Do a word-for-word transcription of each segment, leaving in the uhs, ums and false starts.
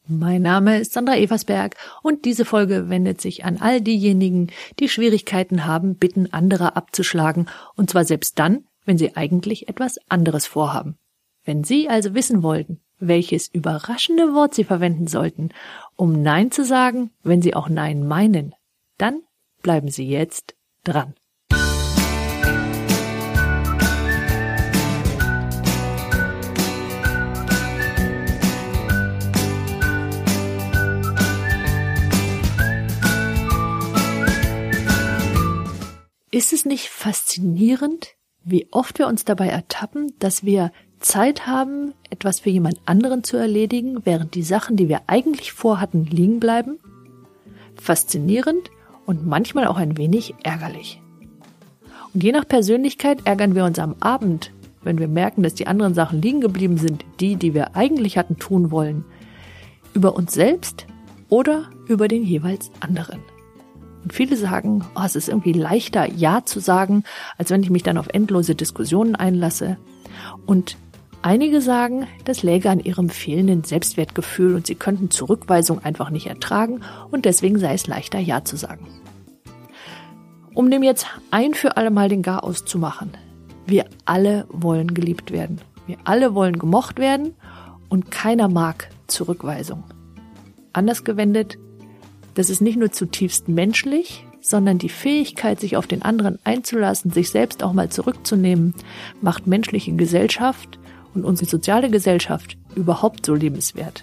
Mein Name ist Sandra Eversberg und diese Folge wendet sich an all diejenigen, die Schwierigkeiten haben, Bitten anderer abzuschlagen, und zwar selbst dann, wenn sie eigentlich etwas anderes vorhaben. Wenn Sie also wissen wollten, welches überraschende Wort Sie verwenden sollten, um Nein zu sagen, wenn Sie auch Nein meinen, dann bleiben Sie jetzt dran. Ist es nicht faszinierend, wie oft wir uns dabei ertappen, dass wir Zeit haben, etwas für jemand anderen zu erledigen, während die Sachen, die wir eigentlich vorhatten, liegen bleiben? Faszinierend und manchmal auch ein wenig ärgerlich. Und je nach Persönlichkeit ärgern wir uns am Abend, wenn wir merken, dass die anderen Sachen liegen geblieben sind, die, die wir eigentlich hatten tun wollen, über uns selbst oder über den jeweils anderen. Und viele sagen, oh, es ist irgendwie leichter, Ja zu sagen, als wenn ich mich dann auf endlose Diskussionen einlasse. Und einige sagen, das läge an ihrem fehlenden Selbstwertgefühl und sie könnten Zurückweisung einfach nicht ertragen und deswegen sei es leichter, Ja zu sagen. Um dem jetzt ein für alle Mal den Garaus zu machen: Wir alle wollen geliebt werden. Wir alle wollen gemocht werden und keiner mag Zurückweisung. Anders gewendet: Das ist nicht nur zutiefst menschlich, sondern die Fähigkeit, sich auf den anderen einzulassen, sich selbst auch mal zurückzunehmen, macht menschliche Gesellschaft und unsere soziale Gesellschaft überhaupt so lebenswert.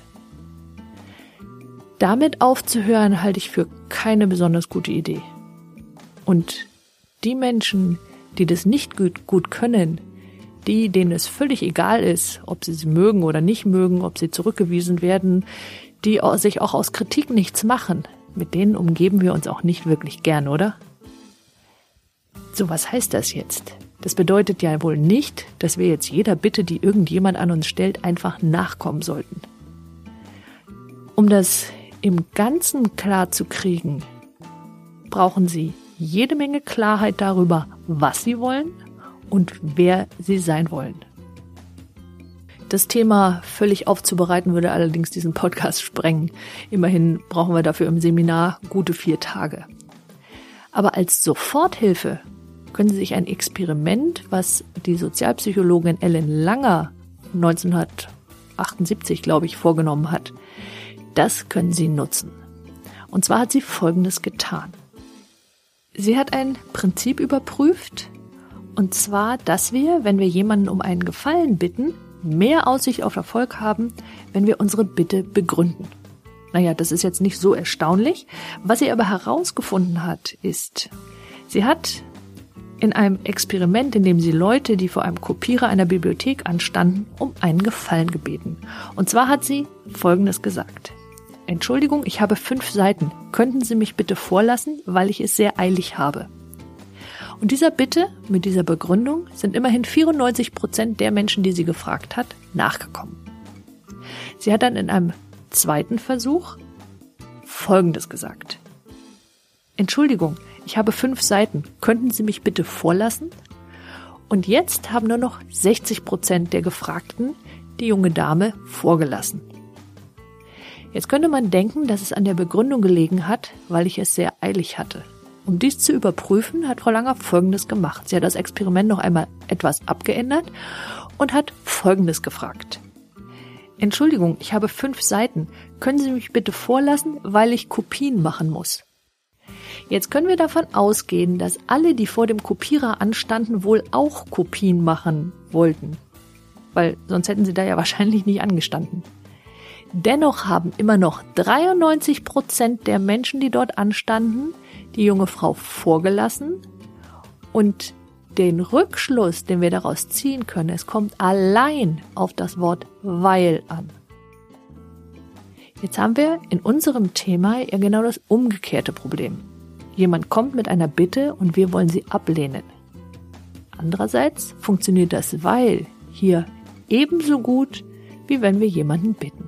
Damit aufzuhören, halte ich für keine besonders gute Idee. Und die Menschen, die das nicht gut, gut können, die, denen es völlig egal ist, ob sie sie mögen oder nicht mögen, ob sie zurückgewiesen werden, die sich auch aus Kritik nichts machen, mit denen umgeben wir uns auch nicht wirklich gern, oder? So, was heißt das jetzt? Das bedeutet ja wohl nicht, dass wir jetzt jeder Bitte, die irgendjemand an uns stellt, einfach nachkommen sollten. Um das im Ganzen klar zu kriegen, brauchen Sie jede Menge Klarheit darüber, was Sie wollen und wer Sie sein wollen. Das Thema völlig aufzubereiten würde allerdings diesen Podcast sprengen. Immerhin brauchen wir dafür im Seminar gute vier Tage. Aber als Soforthilfe können Sie sich ein Experiment, was die Sozialpsychologin Ellen Langer neunzehnhundertachtundsiebzig, glaube ich, vorgenommen hat, das können Sie nutzen. Und zwar hat sie Folgendes getan. Sie hat ein Prinzip überprüft, und zwar, dass wir, wenn wir jemanden um einen Gefallen bitten, mehr Aussicht auf Erfolg haben, wenn wir unsere Bitte begründen. Naja, das ist jetzt nicht so erstaunlich. Was sie aber herausgefunden hat, ist, sie hat in einem Experiment, in dem sie Leute, die vor einem Kopierer einer Bibliothek anstanden, um einen Gefallen gebeten. Und zwar hat sie Folgendes gesagt: Entschuldigung, ich habe fünf Seiten. Könnten Sie mich bitte vorlassen, weil ich es sehr eilig habe? Und dieser Bitte mit dieser Begründung sind immerhin vierundneunzig Prozent der Menschen, die sie gefragt hat, nachgekommen. Sie hat dann in einem zweiten Versuch Folgendes gesagt: Entschuldigung, ich habe fünf Seiten. Könnten Sie mich bitte vorlassen? Und jetzt haben nur noch sechzig Prozent der Gefragten die junge Dame vorgelassen. Jetzt könnte man denken, dass es an der Begründung gelegen hat, weil ich es sehr eilig hatte. Um dies zu überprüfen, hat Frau Langer Folgendes gemacht. Sie hat das Experiment noch einmal etwas abgeändert und hat Folgendes gefragt: Entschuldigung, ich habe fünf Seiten. Können Sie mich bitte vorlassen, weil ich Kopien machen muss? Jetzt können wir davon ausgehen, dass alle, die vor dem Kopierer anstanden, wohl auch Kopien machen wollten. Weil sonst hätten sie da ja wahrscheinlich nicht angestanden. Dennoch haben immer noch dreiundneunzig Prozent der Menschen, die dort anstanden, die junge Frau vorgelassen, und den Rückschluss, den wir daraus ziehen können, es kommt allein auf das Wort weil an. Jetzt haben wir in unserem Thema ja genau das umgekehrte Problem. Jemand kommt mit einer Bitte und wir wollen sie ablehnen. Andererseits funktioniert das weil hier ebenso gut, wie wenn wir jemanden bitten.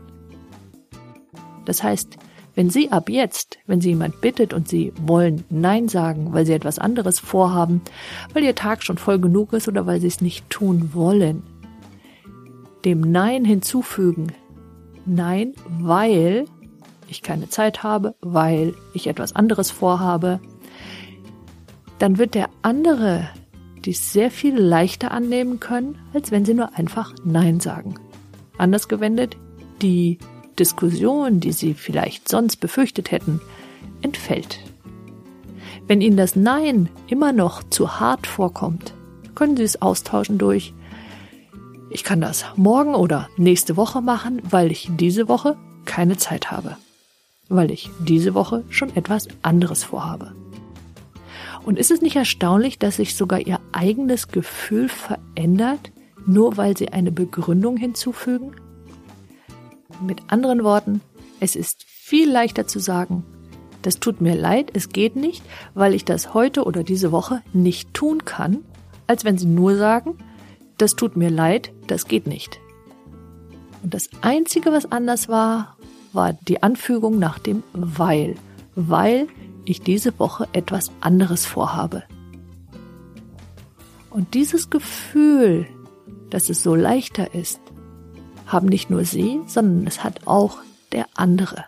Das heißt, wenn Sie ab jetzt, wenn Sie jemand bittet und Sie wollen Nein sagen, weil Sie etwas anderes vorhaben, weil Ihr Tag schon voll genug ist oder weil Sie es nicht tun wollen, dem Nein hinzufügen: Nein, weil ich keine Zeit habe, weil ich etwas anderes vorhabe, dann wird der andere dies sehr viel leichter annehmen können, als wenn Sie nur einfach Nein sagen. Anders gewendet, die Diskussion, die Sie vielleicht sonst befürchtet hätten, entfällt. Wenn Ihnen das Nein immer noch zu hart vorkommt, können Sie es austauschen durch: Ich kann das morgen oder nächste Woche machen, weil ich diese Woche keine Zeit habe, weil ich diese Woche schon etwas anderes vorhabe. Und ist es nicht erstaunlich, dass sich sogar Ihr eigenes Gefühl verändert, nur weil Sie eine Begründung hinzufügen? Mit anderen Worten, es ist viel leichter zu sagen: Das tut mir leid, es geht nicht, weil ich das heute oder diese Woche nicht tun kann, als wenn Sie nur sagen: Das tut mir leid, das geht nicht. Und das Einzige, was anders war, war die Anfügung nach dem weil. Weil ich diese Woche etwas anderes vorhabe. Und dieses Gefühl, dass es so leichter ist, haben nicht nur Sie, sondern es hat auch der andere.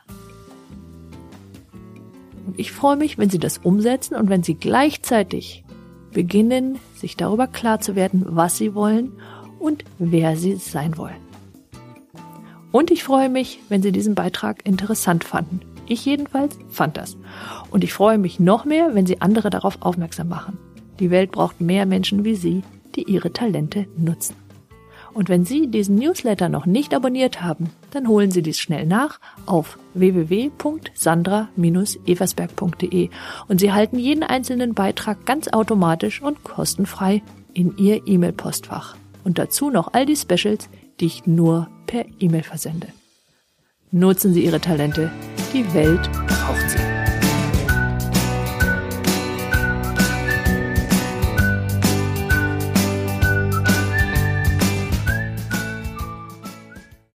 Und ich freue mich, wenn Sie das umsetzen und wenn Sie gleichzeitig beginnen, sich darüber klar zu werden, was Sie wollen und wer Sie sein wollen. Und ich freue mich, wenn Sie diesen Beitrag interessant fanden. Ich jedenfalls fand das. Und ich freue mich noch mehr, wenn Sie andere darauf aufmerksam machen. Die Welt braucht mehr Menschen wie Sie, die ihre Talente nutzen. Und wenn Sie diesen Newsletter noch nicht abonniert haben, dann holen Sie dies schnell nach auf w w w punkt sandra Bindestrich eversberg punkt d e und Sie halten jeden einzelnen Beitrag ganz automatisch und kostenfrei in Ihr E-Mail-Postfach. Und dazu noch all die Specials, die ich nur per E-Mail versende. Nutzen Sie Ihre Talente. Die Welt